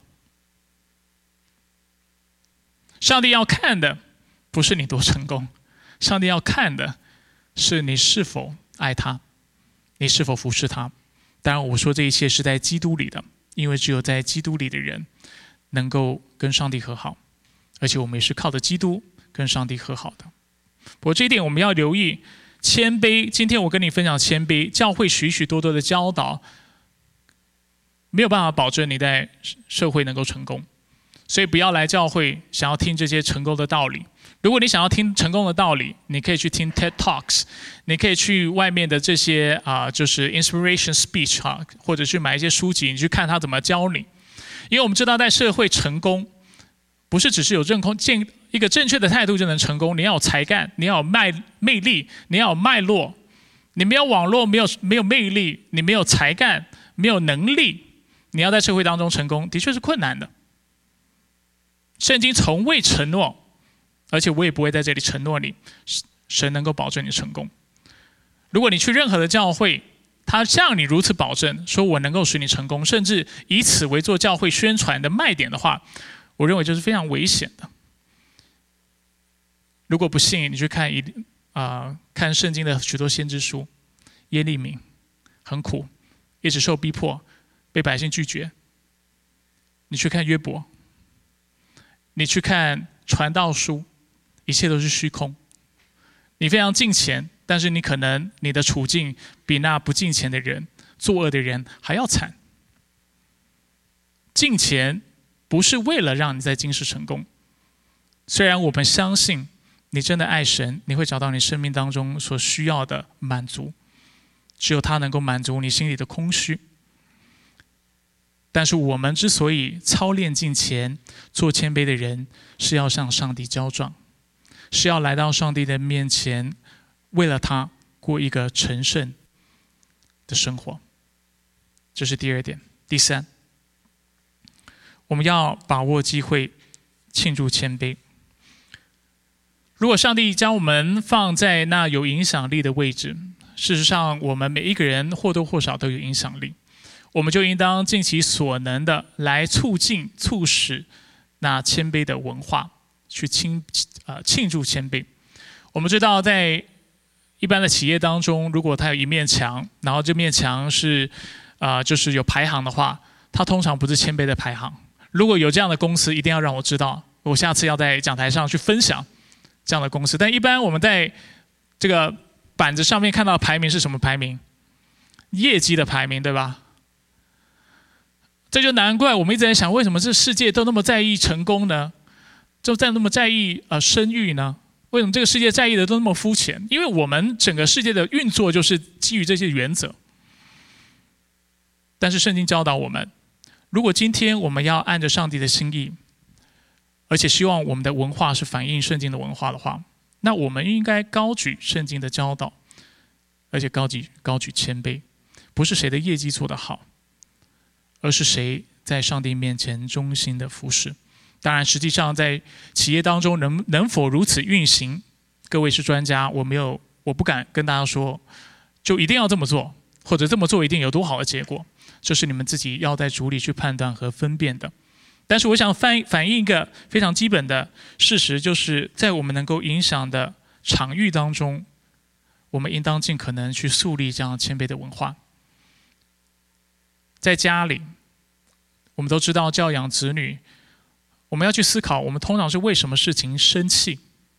上帝要看的不是你多成功，上帝要看的是你是否爱他，你是否服侍他。当然我说这一切是在基督里的，因为只有在基督里的人能够跟上帝和好，而且我们也是靠着基督跟上帝和好的。不过这一点我们要留意，谦卑，今天我跟你分享谦卑，教会许许多多的教导没有办法保证你在社会能够成功，所以不要来教会想要听这些成功的道理。如果你想要听成功的道理，你可以去听 TED Talks， 你可以去外面的这些啊、呃，就是 inspiration speech 哈，或者去买一些书籍，你去看他怎么教你。因为我们知道，在社会成功，不是只是有正空建一个正确的态度就能成功，你要有才干，你要有脉魅力，你要有脉络。你没有网络，没有没有魅力，你没有才干，没有能力，你要在社会当中成功，的确是困难的。圣经从未承诺，而且我也不会在这里承诺你，神能够保证你成功。如果你去任何的教会，他向你如此保证，说我能够使你成功，甚至以此为做教会宣传的卖点的话，我认为这是非常危险的。如果不信，你去看一啊、呃、看圣经的许多先知书，耶利米很苦，一直受逼迫，被百姓拒绝。你去看约伯，你去看传道书，一切都是虚空。你非常敬虔，但是你可能你的处境比那不敬虔的人、作恶的人还要惨。敬虔不是为了让你在今世成功，虽然我们相信你真的爱神，你会找到你生命当中所需要的满足，只有他能够满足你心里的空虚。但是我们之所以操练敬虔、做谦卑的人，是要向上帝交账，是要来到上帝的面前，为了他过一个成圣的生活。这是第二点。第三，我们要把握机会庆祝谦卑。如果上帝将我们放在那有影响力的位置，事实上我们每一个人或多或少都有影响力，我们就应当尽其所能的来促进、促使那谦卑的文化，去庆呃庆祝谦卑。我们知道，在一般的企业当中，如果它有一面墙，然后这面墙是啊、呃、就是有排行的话，它通常不是谦卑的排行。如果有这样的公司，一定要让我知道，我下次要在讲台上去分享这样的公司。但一般我们在这个板子上面看到的排名是什么排名？业绩的排名，对吧？这就难怪我们一直在想，为什么这世界都那么在意成功呢？ 就在那么在意呃生育呢？为什么这个世界在意的都那么肤浅？因为我们整个世界的运作就是基于这些原则。但是圣经教导我们，如果今天我们要按着上帝的心意，而且希望我们的文化是反映圣经的文化的话，那我们应该高举圣经的教导，而且高举高举谦卑，不是谁的业绩做得好，而是谁在上帝面前忠心的服侍。当然，实际上在企业当中能能否如此运行，各位是专家，我没有，我不敢跟大家说，就一定要这么做，或者这么做一定有多好的结果，这是你们自己要在主里去判断和分辨的。但是我想反反映一个非常基本的事实，就是在我们能够影响的场域当中，我们应当尽可能去树立这样谦卑的文化。在家里，我们都知道教养子女，我们要去思考，我们通常是为什么事情生气。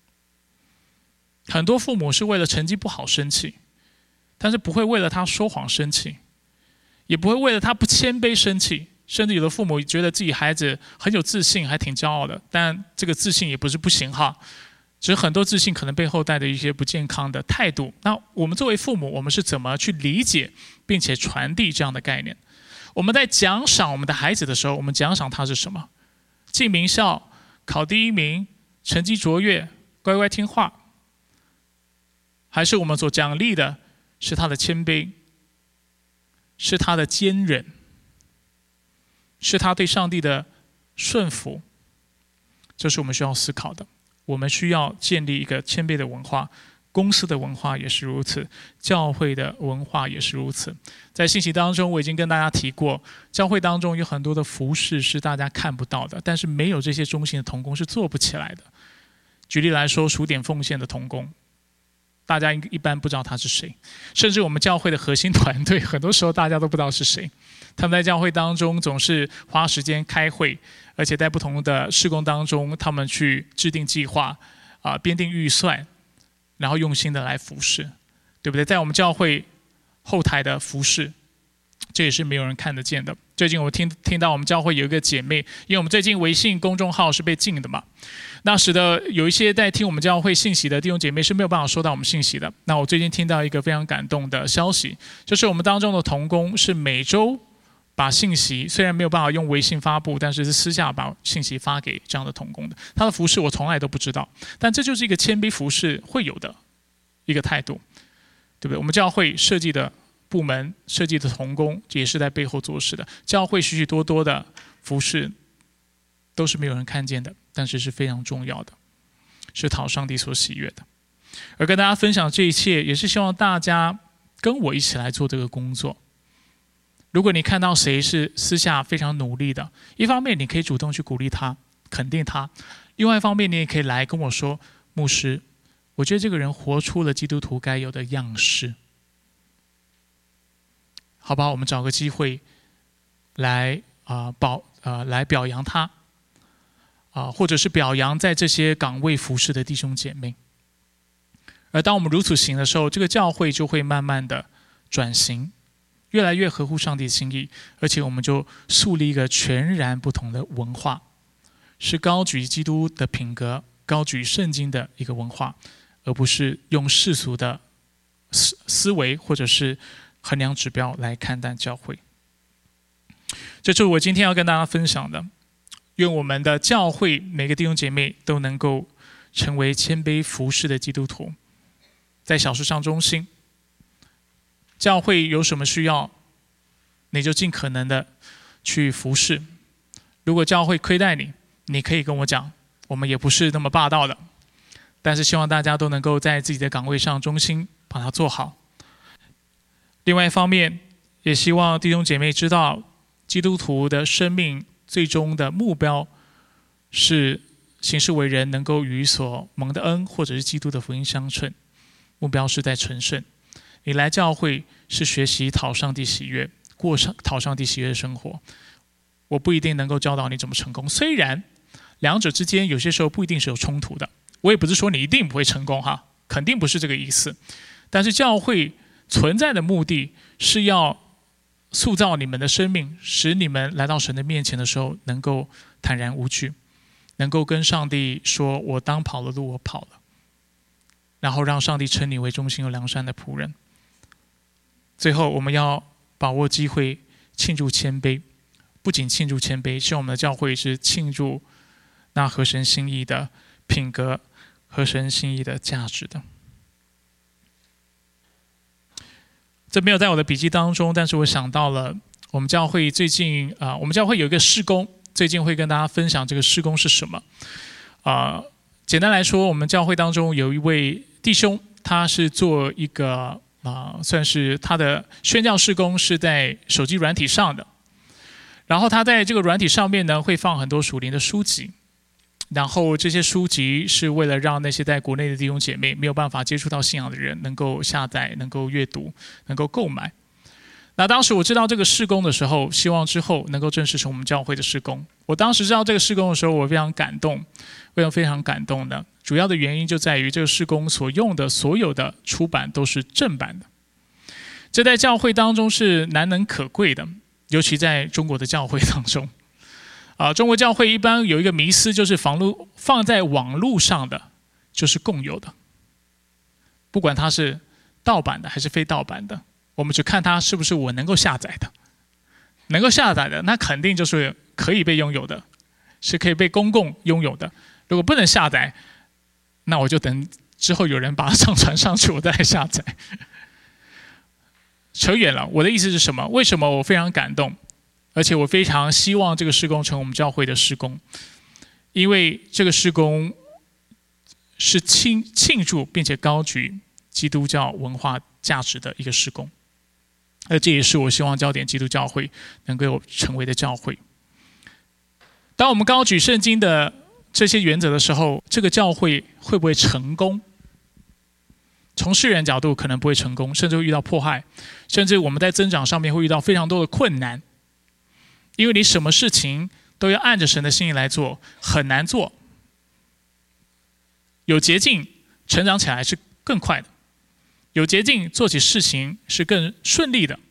很多父母是为了成绩不好生气，但是不会为了他说谎生气，也不会为了他不谦卑生气。甚至有的父母觉得自己孩子很有自信，还挺骄傲的，但这个自信也不是不行哈，只是很多自信可能背后带着一些不健康的态度。那我们作为父母，我们是怎么去理解并且传递这样的概念？我们在奖赏我们的孩子的时候，我们奖赏他是什么？进名校，考第一名，成绩卓越，乖乖听话，还是我们所奖励的是他的谦卑，是他的坚忍，是他对上帝的顺服？这是我们需要思考的。我们需要建立一个谦卑的文化，公司的文化也是如此，教会的文化也是如此。在信息当中，我已经跟大家提过，教会当中有很多的服事是大家看不到的，但是没有这些忠心的同工是做不起来的。举例来说，数点奉献的同工，大家一般不知道他是谁，甚至我们教会的核心团队，很多时候大家都不知道是谁。他们在教会当中总是花时间开会，而且在不同的事工当中，他们去制定计划，啊、呃，编定预算，然后用心的来服侍，对不对？在我们教会后台的服侍，这也是没有人看得见的。最近我听听到我们教会有一个姐妹，因为我们最近微信公众号是被禁的嘛，那使得有一些在听我们教会信息的弟兄姐妹是没有办法收到我们信息的。那我最近听到一个非常感动的消息，就是我们当中的同工是每周把信息，虽然没有办法用微信发布，但是是私下把信息发给这样的同工的。他的服事我从来都不知道，但这就是一个谦卑服事会有的一个态度，对不对？我们教会设计的部门、设计的同工也是在背后做事的。教会许许多多的服事都是没有人看见的，但是是非常重要的，是讨上帝所喜悦的。而跟大家分享这一切，也是希望大家跟我一起来做这个工作。如果你看到谁是私下非常努力的，一方面你可以主动去鼓励他、肯定他，另外一方面你也可以来跟我说，牧师，我觉得这个人活出了基督徒该有的样式。好吧，我们找个机会来啊、呃、保啊、呃、来表扬他啊、呃，或者是表扬在这些岗位服侍的弟兄姐妹。而当我们如此行的时候，这个教会就会慢慢的转型，越来越合乎上帝的心意，而且我们就树立一个全然不同的文化，是高举基督的品格、高举圣经的一个文化，而不是用世俗的思思维或者是衡量指标来看待教会。这就是我今天要跟大家分享的。愿我们的教会每个弟兄姐妹都能够成为谦卑服侍的基督徒，在小事上忠心。教会有什么需要，你就尽可能的去服侍。如果教会亏待你，你可以跟我讲，我们也不是那么霸道的，但是希望大家都能够在自己的岗位上忠心，把它做好。另外一方面，也希望弟兄姐妹知道，基督徒的生命最终的目标是行事为人能够与所蒙的恩或者是基督的福音相称，目标是在成圣。你来教会是学习讨上帝喜悦，过上讨上帝喜悦的生活。我不一定能够教导你怎么成功，虽然两者之间有些时候不一定是有冲突的，我也不是说你一定不会成功哈，肯定不是这个意思。但是教会存在的目的是要塑造你们的生命，使你们来到神的面前的时候能够坦然无惧。 能够跟上帝说：“我当跑的路，我跑了。”然后让上帝称你为忠心又良善的仆人。最后，我们要把握机会庆祝谦卑，不仅庆祝谦卑，希望我们的教会是庆祝那合神心意的品格、合神心意的价值的。这没有在我的笔记当中，但是我想到了我们教会最近啊、呃，我们教会有一个事工，最近会跟大家分享这个事工是什么。啊、呃，简单来说，我们教会当中有一位弟兄，他是做一个啊、呃，算是他的宣教事工是在手机软体上的。然后他在这个软体上面呢，会放很多属灵的书籍。然后这些书籍是为了让那些在国内的弟兄姐妹没有办法接触到信仰的人能够下载、能够阅读、能够购买。那当时我知道这个事工的时候，希望之后能够正式成我们教会的事工。我当时知道这个事工的时候，我非常感动，非常非常感动的。主要的原因就在于这个事工所用的所有的出版都是正版的，这在教会当中是难能可贵的，尤其在中国的教会当中。啊，中国教会一般有一个迷思，就是放入放在网络上的就是共有的，不管它是盗版的还是非盗版的，我们只看它是不是我能够下载的。能够下载的，那肯定就是可以被拥有的，是可以被公共拥有的。如果不能下载，那我就等之后有人把它上传上去，我再来下载。扯远了，我的意思是什么？为什么我非常感动？而且我非常希望这个事工成我们教会的事工，因为这个事工是庆庆祝并且高举基督教文化价值的一个事工，而这也是我希望焦点基督教会能够成为的教会。当我们高举圣经的这些原则的时候，这个教会会不会成功？从世人角度可能不会成功，甚至会遇到迫害，甚至我们在增长上面会遇到非常多的困难。因为你什么事情都要按着神的心意来做，很难做。有捷径，成长起来是更快的；有捷径，做起事情是更顺利的。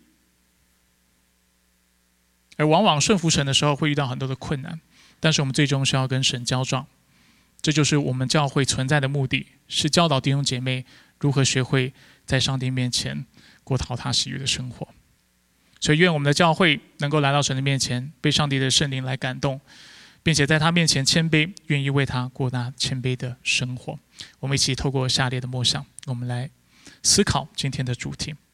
而往往顺服神的时候，会遇到很多的困难，但是我们最终是要跟神交账。这就是我们教会存在的目的，是教导弟兄姐妹如何学会在上帝面前过讨他喜悦的生活。所以愿我们的教会能够来到神的面前，被上帝的圣灵来感动，并且在他面前谦卑，愿意为他过那谦卑的生活。我们一起透过下列的默想，我们来思考今天的主题。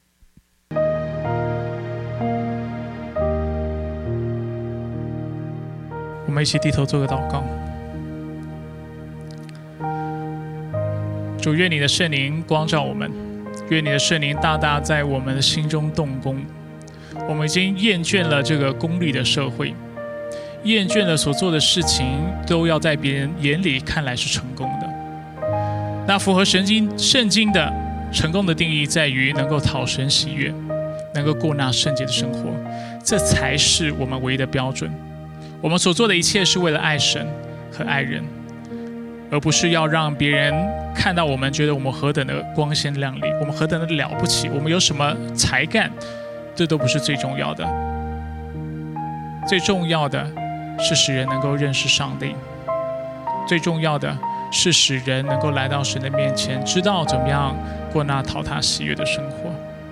我们一起低头做个祷告。主，愿你的圣灵光照我们，愿你的圣灵大大在我们的心中动工。我们已经厌倦了这个功利的社会，厌倦了所做的事情都要在别人眼里看来是成功的。那符合神经圣经的成功的定义，在于能够讨神喜悦，能够过那圣洁的生活，这才是我们唯一的标准。我们所做的一切是为了爱神和爱人，而不是要让别人看到我们，觉得我们何等的光鲜亮丽，我们何等的了不起，我们有什么才干，这都不是最重要的。最重要的是使人能够认识上帝，最重要的是使人能够来到神的面前，知道怎么样过那讨他喜悦的生活。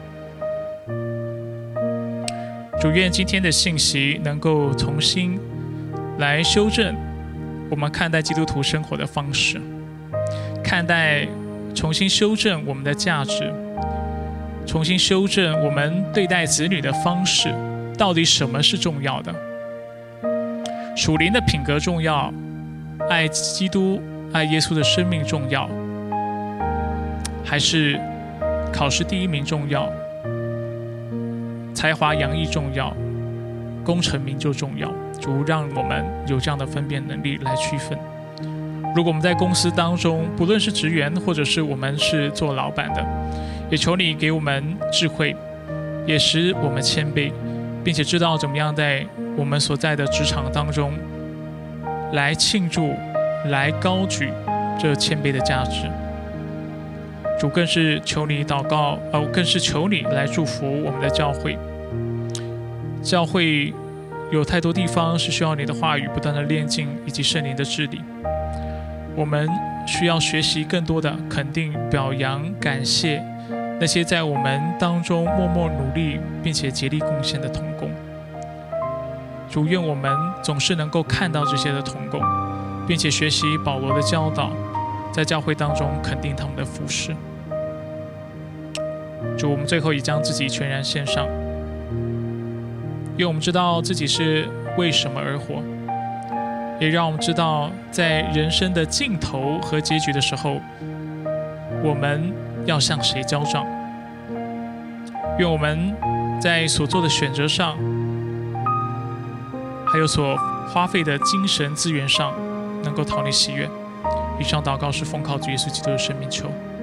主，愿今天的信息能够重新来修正我们看待基督徒生活的方式，看待重新修正我们的价值，重新修正我们对待子女的方式，到底什么是重要的？属灵的品格重要，爱基督、爱耶稣的生命重要，还是考试第一名重要，才华洋溢重要，功成名就重要？主，让我们有这样的分辨能力来区分。如果我们在公司当中，不论是职员或者是我们是做老板的，也求你给我们智慧，也使我们谦卑，并且知道怎么样在我们所在的职场当中来庆祝、来高举这谦卑的价值。主，更是求你祷告，呃，更是求你来祝福我们的教会。教会有太多地方是需要你的话语不断的炼净，以及圣灵的治理。我们需要学习更多的肯定、表扬、感谢那些在我们当中默默努力并且竭力贡献的同工。主，愿我们总是能够看到这些的同工，并且学习保罗的教导，在教会当中肯定他们的服事。主，我们最后也将自己全然献上，因为我们知道自己是为什么而活，也让我们知道在人生的尽头和结局的时候，我们要向谁交账。愿我们在所做的选择上，还有所花费的精神资源上，能够讨你喜悦。以上祷告是奉靠主耶稣基督的圣名求。